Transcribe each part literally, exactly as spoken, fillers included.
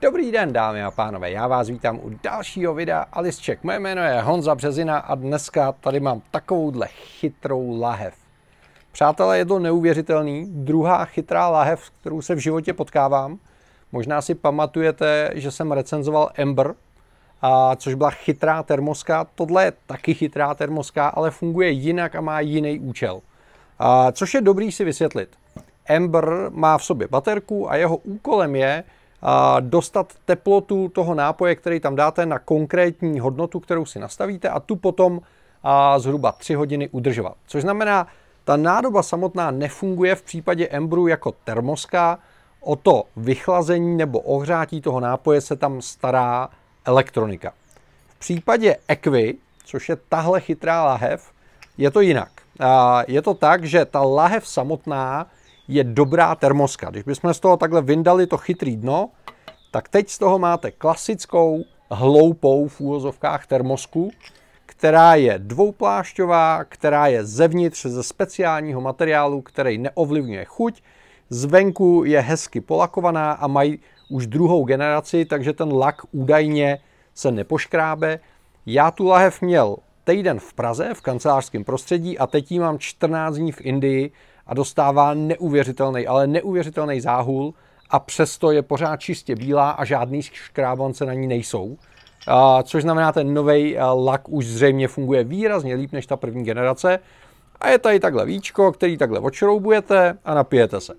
Dobrý den, dámy a pánové, já vás vítám u dalšího videa Alice Check. Moje jméno je Honza Březina a dneska tady mám takovouhle chytrou lahev. Přátelé, je to neuvěřitelný, druhá chytrá lahev, s kterou se v životě potkávám. Možná si pamatujete, že jsem recenzoval Ember, a což byla chytrá termoska. Tohle je taky chytrá termoska, ale funguje jinak a má jiný účel. A což je dobrý si vysvětlit. Ember má v sobě baterku a jeho úkolem je a dostat teplotu toho nápoje, který tam dáte, na konkrétní hodnotu, kterou si nastavíte, a tu potom a zhruba tři hodiny udržovat. Což znamená, ta nádoba samotná nefunguje v případě Emberu jako termoska, o to vychlazení nebo ohřátí toho nápoje se tam stará elektronika. V případě Equi, což je tahle chytrá lahev, je to jinak. A je to tak, že ta lahev samotná je dobrá termoska. Když bychom z toho takhle vyndali to chytrý dno, tak teď z toho máte klasickou, hloupou v úvozovkách termosku, která je dvouplášťová, která je zevnitř ze speciálního materiálu, který neovlivňuje chuť. Zvenku je hezky polakovaná a mají už druhou generaci, takže ten lak údajně se nepoškrábe. Já tu lahev měl týden v Praze, v kancelářském prostředí, a teď ji mám čtrnáct dní v Indii a dostává neuvěřitelný, ale neuvěřitelný záhul, a přesto je pořád čistě bílá a žádný škrábance na ní nejsou. A což znamená, ten novej lak už zřejmě funguje výrazně líp než ta první generace. A je tady takhle víčko, který takhle odšroubujete a napijete se.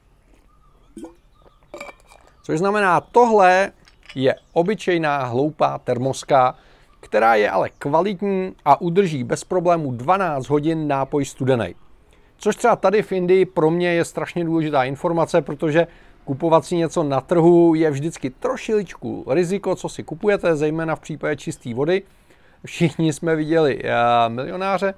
Což znamená, tohle je obyčejná hloupá termoska, která je ale kvalitní a udrží bez problémů dvanáct hodin nápoj studený. Což třeba tady v Indii pro mě je strašně důležitá informace, protože kupovat si něco na trhu je vždycky trošičku riziko, co si kupujete, zejména v případě čisté vody. Všichni jsme viděli uh, Milionáře.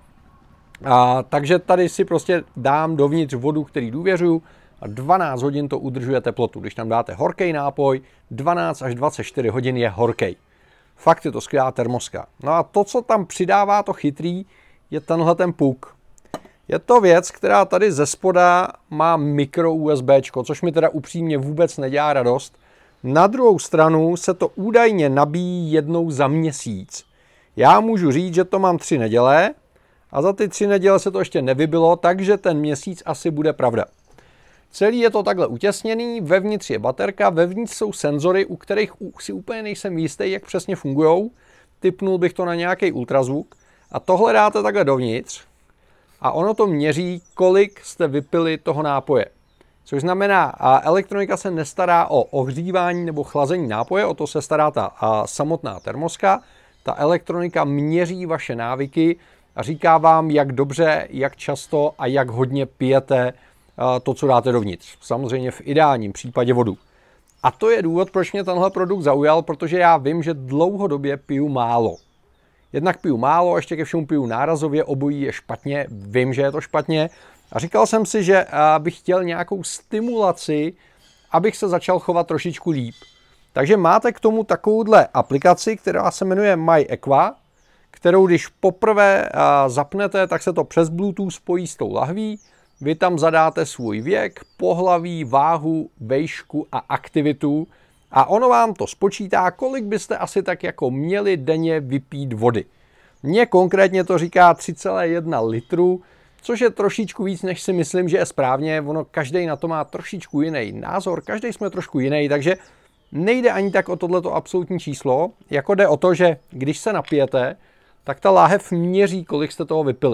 A, takže tady si prostě dám dovnitř vodu, který důvěřuju, a dvanáct hodin to udržuje teplotu. Když tam dáte horký nápoj, dvanáct až dvacet čtyři hodin je horký. Fakt je to skvělá termoska. No a to, co tam přidává to chytrý, je tenhle ten puk. Je to věc, která tady ze spoda má mikro USBčko, což mi teda upřímně vůbec nedělá radost. Na druhou stranu se to údajně nabíjí jednou za měsíc. Já můžu říct, že to mám tři neděle a za ty tři neděle se to ještě nevybilo, takže ten měsíc asi bude pravda. Celý je to takhle utěsněný, vevnitř je baterka, vevnitř jsou senzory, u kterých si úplně nejsem jistý, jak přesně fungujou. Tipnul bych to na nějaký ultrazvuk a tohle dáte takhle dovnitř a ono to měří, kolik jste vypili toho nápoje. Což znamená, a elektronika se nestará o ohřívání nebo chlazení nápoje, o to se stará ta a, samotná termoska. Ta elektronika měří vaše návyky a říká vám, jak dobře, jak často a jak hodně pijete to, co dáte dovnitř. Samozřejmě v ideálním případě vodu. A to je důvod, proč mě tenhle produkt zaujal, protože já vím, že dlouhodobě piju málo. Jednak piju málo, ještě ke všemu piju nárazově, obojí je špatně, vím, že je to špatně. A říkal jsem si, že bych chtěl nějakou stimulaci, abych se začal chovat trošičku líp. Takže máte k tomu takovouhle aplikaci, která se jmenuje MyEqua, kterou když poprvé zapnete, tak se to přes Bluetooth spojí s tou lahví. Vy tam zadáte svůj věk, pohlaví, váhu, vejšku a aktivitu a ono vám to spočítá, kolik byste asi tak jako měli denně vypít vody. Mně konkrétně to říká tři celá jedna litru, což je trošičku víc, než si myslím, že je správně. Ono, každý na to má trošičku jiný názor, každý jsme trošku jiný, takže nejde ani tak o tohleto absolutní číslo, jako jde o to, že když se napijete, tak ta láhev měří, kolik jste toho vypili.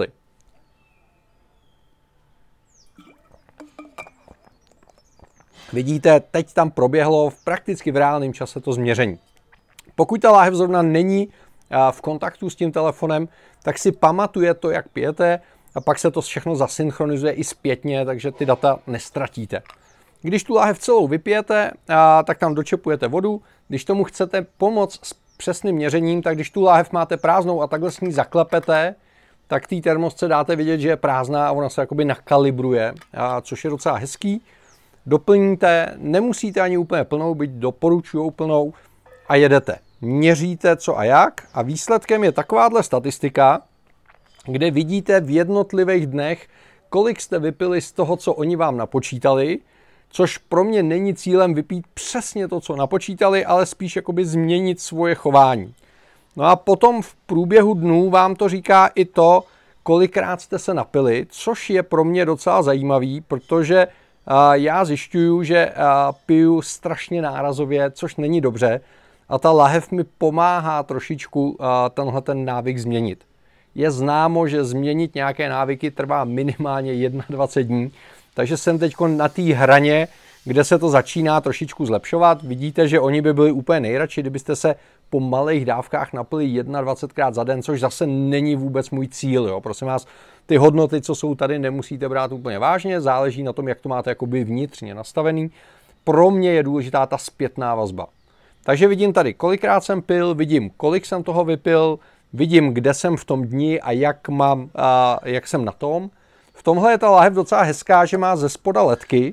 Vidíte, teď tam proběhlo v prakticky v reálném čase to změření. Pokud ta láhev zrovna není v kontaktu s tím telefonem, tak si pamatuje to, jak pijete, a pak se to všechno zasynchronizuje i zpětně, takže ty data nestratíte. Když tu láhev celou vypijete, tak tam dočepujete vodu. Když tomu chcete pomoct s přesným měřením, tak když tu láhev máte prázdnou a takhle s ní zaklepete, tak té termosce dáte vidět, že je prázdná a ona se jakoby nakalibruje, což je docela hezký. Doplníte, nemusíte ani úplně plnou, byť doporučujou plnou, a jedete. Měříte co a jak a výsledkem je takováhle statistika, kde vidíte v jednotlivých dnech, kolik jste vypili z toho, co oni vám napočítali, což pro mě není cílem vypít přesně to, co napočítali, ale spíš jakoby změnit svoje chování. No a potom v průběhu dnů vám to říká i to, kolikrát jste se napili, což je pro mě docela zajímavý, protože uh, já zjišťuju, že uh, piju strašně nárazově, což není dobře, a ta lahev mi pomáhá trošičku uh, tenhle ten návyk změnit. Je známo, že změnit nějaké návyky trvá minimálně dvacet jedna dní, takže jsem teď na té hraně, kde se to začíná trošičku zlepšovat. Vidíte, že oni by byli úplně nejradši, kdybyste se po malých dávkách napili dvacet jedna krát za den, což zase není vůbec můj cíl. Jo. Prosím vás, ty hodnoty, co jsou tady, nemusíte brát úplně vážně, záleží na tom, jak to máte jakoby vnitřně nastavený. Pro mě je důležitá ta zpětná vazba. Takže vidím tady, kolikrát jsem pil, vidím, kolik jsem toho vypil, vidím, kde jsem v tom dni a jak, mám, a jak jsem na tom. V tomhle je ta lahev docela hezká, že má ze spoda ledky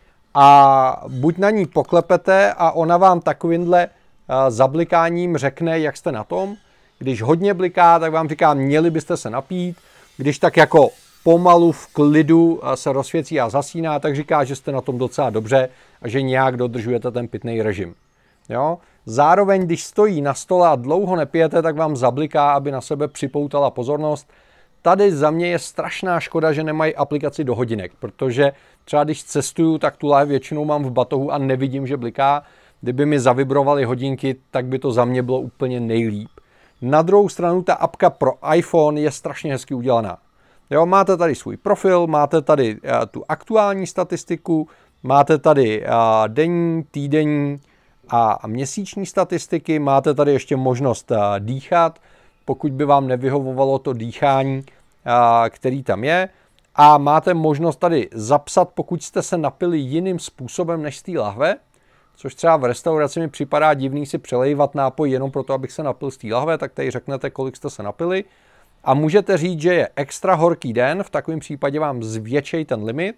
a buď na ní poklepete a ona vám takovýmhle zablikáním řekne, jak jste na tom. Když hodně bliká, tak vám říká, měli byste se napít. Když tak jako pomalu v klidu se rozsvěcí a zasíná, tak říká, že jste na tom docela dobře a že nějak dodržujete ten pitný režim. Jo? Zároveň, když stojí na stole a dlouho nepijete, tak vám zabliká, aby na sebe připoutala pozornost. Tady za mě je strašná škoda, že nemají aplikaci do hodinek, protože třeba když cestuju, tak tu lahev většinou mám v batohu a nevidím, že bliká. Kdyby mi zavibrovaly hodinky, tak by to za mě bylo úplně nejlíp. Na druhou stranu ta apka pro iPhone je strašně hezky udělaná. Jo, máte tady svůj profil, máte tady uh, tu aktuální statistiku, máte tady uh, denní, týdenní a, a měsíční statistiky, máte tady ještě možnost uh, dýchat, pokud by vám nevyhovovalo to dýchání, uh, který tam je. A máte možnost tady zapsat, pokud jste se napili jiným způsobem než z té lahve, což třeba v restauraci mi připadá divný si přelejvat nápoj jenom proto, abych se napil z té lahve, tak tady řeknete, kolik jste se napili. A můžete říct, že je extra horký den, v takovém případě vám zvětšej ten limit.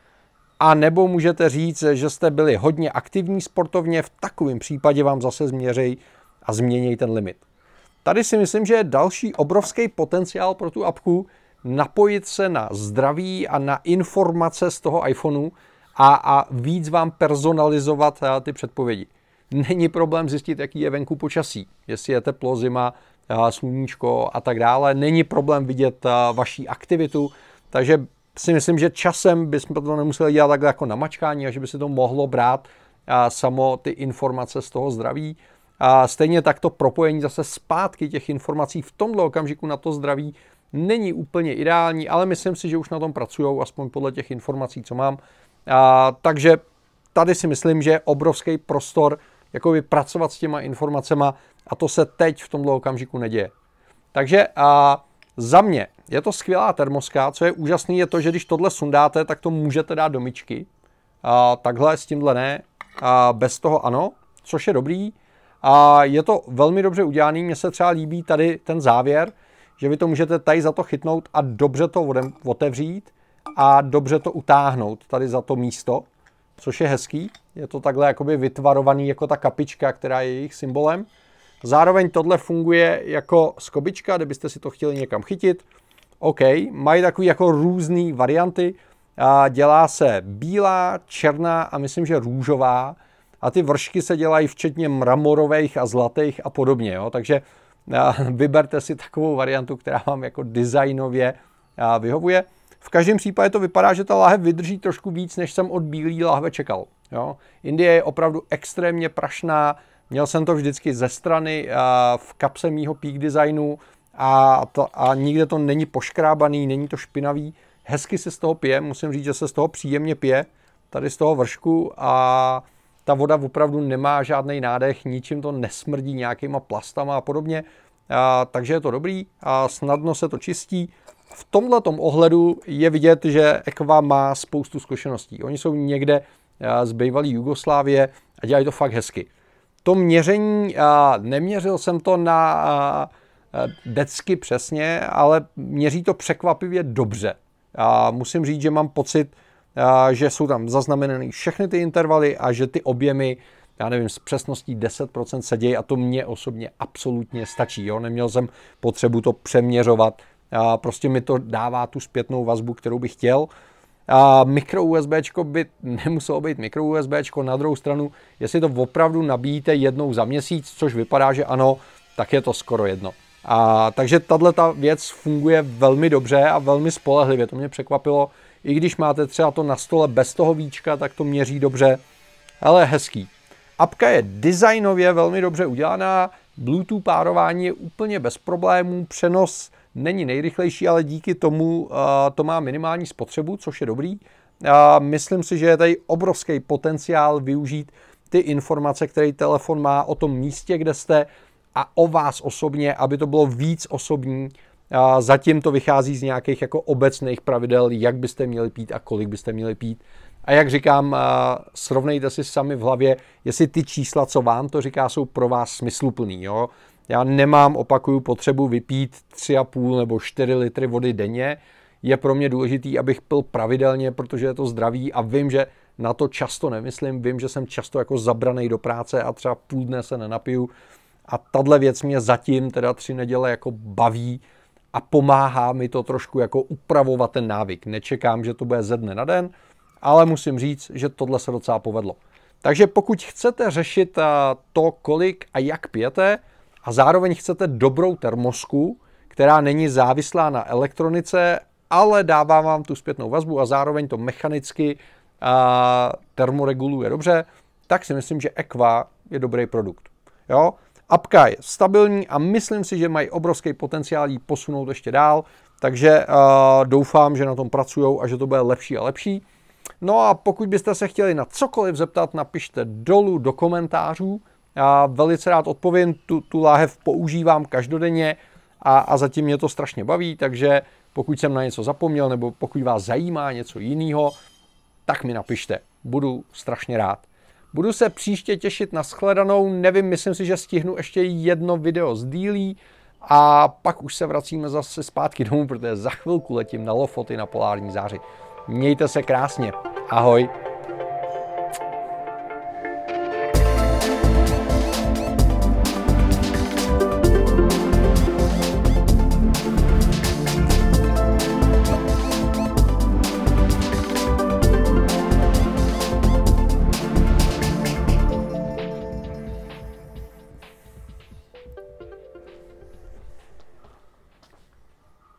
A nebo můžete říct, že jste byli hodně aktivní sportovně, v takovém případě vám zase změřej a změněj ten limit. Tady si myslím, že je další obrovský potenciál pro tu apku napojit se na zdraví a na informace z toho iPhoneu, A, a víc vám personalizovat ty předpovědi. Není problém zjistit, jaký je venku počasí, jestli je teplo, zima, sluníčko a tak dále. Není problém vidět vaši aktivitu, takže si myslím, že časem bychom to nemuseli dělat takhle jako na mačkání a že by se to mohlo brát samo ty informace z toho zdraví. A stejně tak to propojení zase zpátky těch informací v tomhle okamžiku na to zdraví není úplně ideální, ale myslím si, že už na tom pracujou, aspoň podle těch informací, co mám. A, takže tady si myslím, že je obrovský prostor jakoby pracovat s těma informacema a to se teď v tomhle okamžiku neděje. Takže a, za mě je to skvělá termoska, co je úžasný je to, že když tohle sundáte, tak to můžete dát do myčky. A, takhle s tímhle ne, a bez toho ano, což je dobrý. A je to velmi dobře udělaný, mně se třeba líbí tady ten závěr, že vy to můžete tady za to chytnout a dobře to otevřít a dobře to utáhnout tady za to místo, což je hezký. Je to takhle jakoby vytvarovaný jako ta kapička, která je jejich symbolem. Zároveň tohle funguje jako skobička, kdybyste si to chtěli někam chytit. OK, mají takový jako různé varianty. A dělá se bílá, černá a myslím, že růžová. A ty vršky se dělají včetně mramorových a zlatých a podobně. Jo? Takže vyberte si takovou variantu, která vám jako designově vyhovuje. V každém případě to vypadá, že ta lahev vydrží trošku víc, než jsem od bílé lahve čekal. Jo? Indie je opravdu extrémně prašná. Měl jsem to vždycky ze strany v kapse mýho Peak Designu a, to, a nikde to není poškrábaný, není to špinavý. Hezky se z toho pije, musím říct, že se z toho příjemně pije, tady z toho vršku a ta voda opravdu nemá žádný nádech, ničím to nesmrdí nějakýma plastama a podobně, a, takže je to dobrý a snadno se to čistí. V tomhletom ohledu je vidět, že Equa má spoustu zkušeností. Oni jsou někde z bývalé Jugoslávie a dělají to fakt hezky. To měření, neměřil jsem to na decky přesně, ale měří to překvapivě dobře. A musím říct, že mám pocit, že jsou tam zaznamenané všechny ty intervaly a že ty objemy, já nevím, s přesností deset procent se dějí a to mně osobně absolutně stačí. Jo? Neměl jsem potřebu to přeměřovat. A prostě mi to dává tu zpětnou vazbu, kterou bych chtěl. A mikro USBčko by nemuselo být mikro USBčko, na druhou stranu, jestli to opravdu nabíjíte jednou za měsíc, což vypadá, že ano, tak je to skoro jedno. A, takže tato věc funguje velmi dobře a velmi spolehlivě, to mě překvapilo. I když máte třeba to na stole bez toho víčka, tak to měří dobře, ale hezký. Apka je designově velmi dobře udělaná, Bluetooth párování je úplně bez problémů, přenos není nejrychlejší, ale díky tomu uh, to má minimální spotřebu, což je dobrý. Uh, myslím si, že je tady obrovský potenciál využít ty informace, které telefon má o tom místě, kde jste a o vás osobně, aby to bylo víc osobní. Uh, zatím to vychází z nějakých jako obecných pravidel, jak byste měli pít a kolik byste měli pít. A jak říkám, uh, srovnejte si sami v hlavě, jestli ty čísla, co vám to říká, jsou pro vás smysluplný. Jo? Já nemám, opakuju, potřebu vypít tři a půl nebo čtyři litry vody denně. Je pro mě důležitý, abych pil pravidelně, protože je to zdraví a vím, že na to často nemyslím. Vím, že jsem často jako zabranej do práce a třeba půl dne se nenapiju. A tahle věc mě zatím teda tři neděle jako baví a pomáhá mi to trošku jako upravovat ten návyk. Nečekám, že to bude ze dne na den, ale musím říct, že tohle se docela povedlo. Takže pokud chcete řešit to, kolik a jak pijete, a zároveň chcete dobrou termosku, která není závislá na elektronice, ale dává vám tu zpětnou vazbu a zároveň to mechanicky a, termoreguluje dobře, tak si myslím, že Equa je dobrý produkt. Jo? Apka je stabilní a myslím si, že mají obrovský potenciál ji posunout ještě dál, takže a, doufám, že na tom pracujou a že to bude lepší a lepší. No a pokud byste se chtěli na cokoliv zeptat, napište dolů do komentářů. Já velice rád odpovím, tu, tu láhev používám každodenně a, a zatím mě to strašně baví, takže pokud jsem na něco zapomněl nebo pokud vás zajímá něco jiného, tak mi napište. Budu strašně rád. Budu se příště těšit na shledanou, nevím, myslím si, že stihnu ještě jedno video z dílí a pak už se vracíme zase zpátky domů, protože za chvilku letím na Lofoty na polární záři. Mějte se krásně. Ahoj.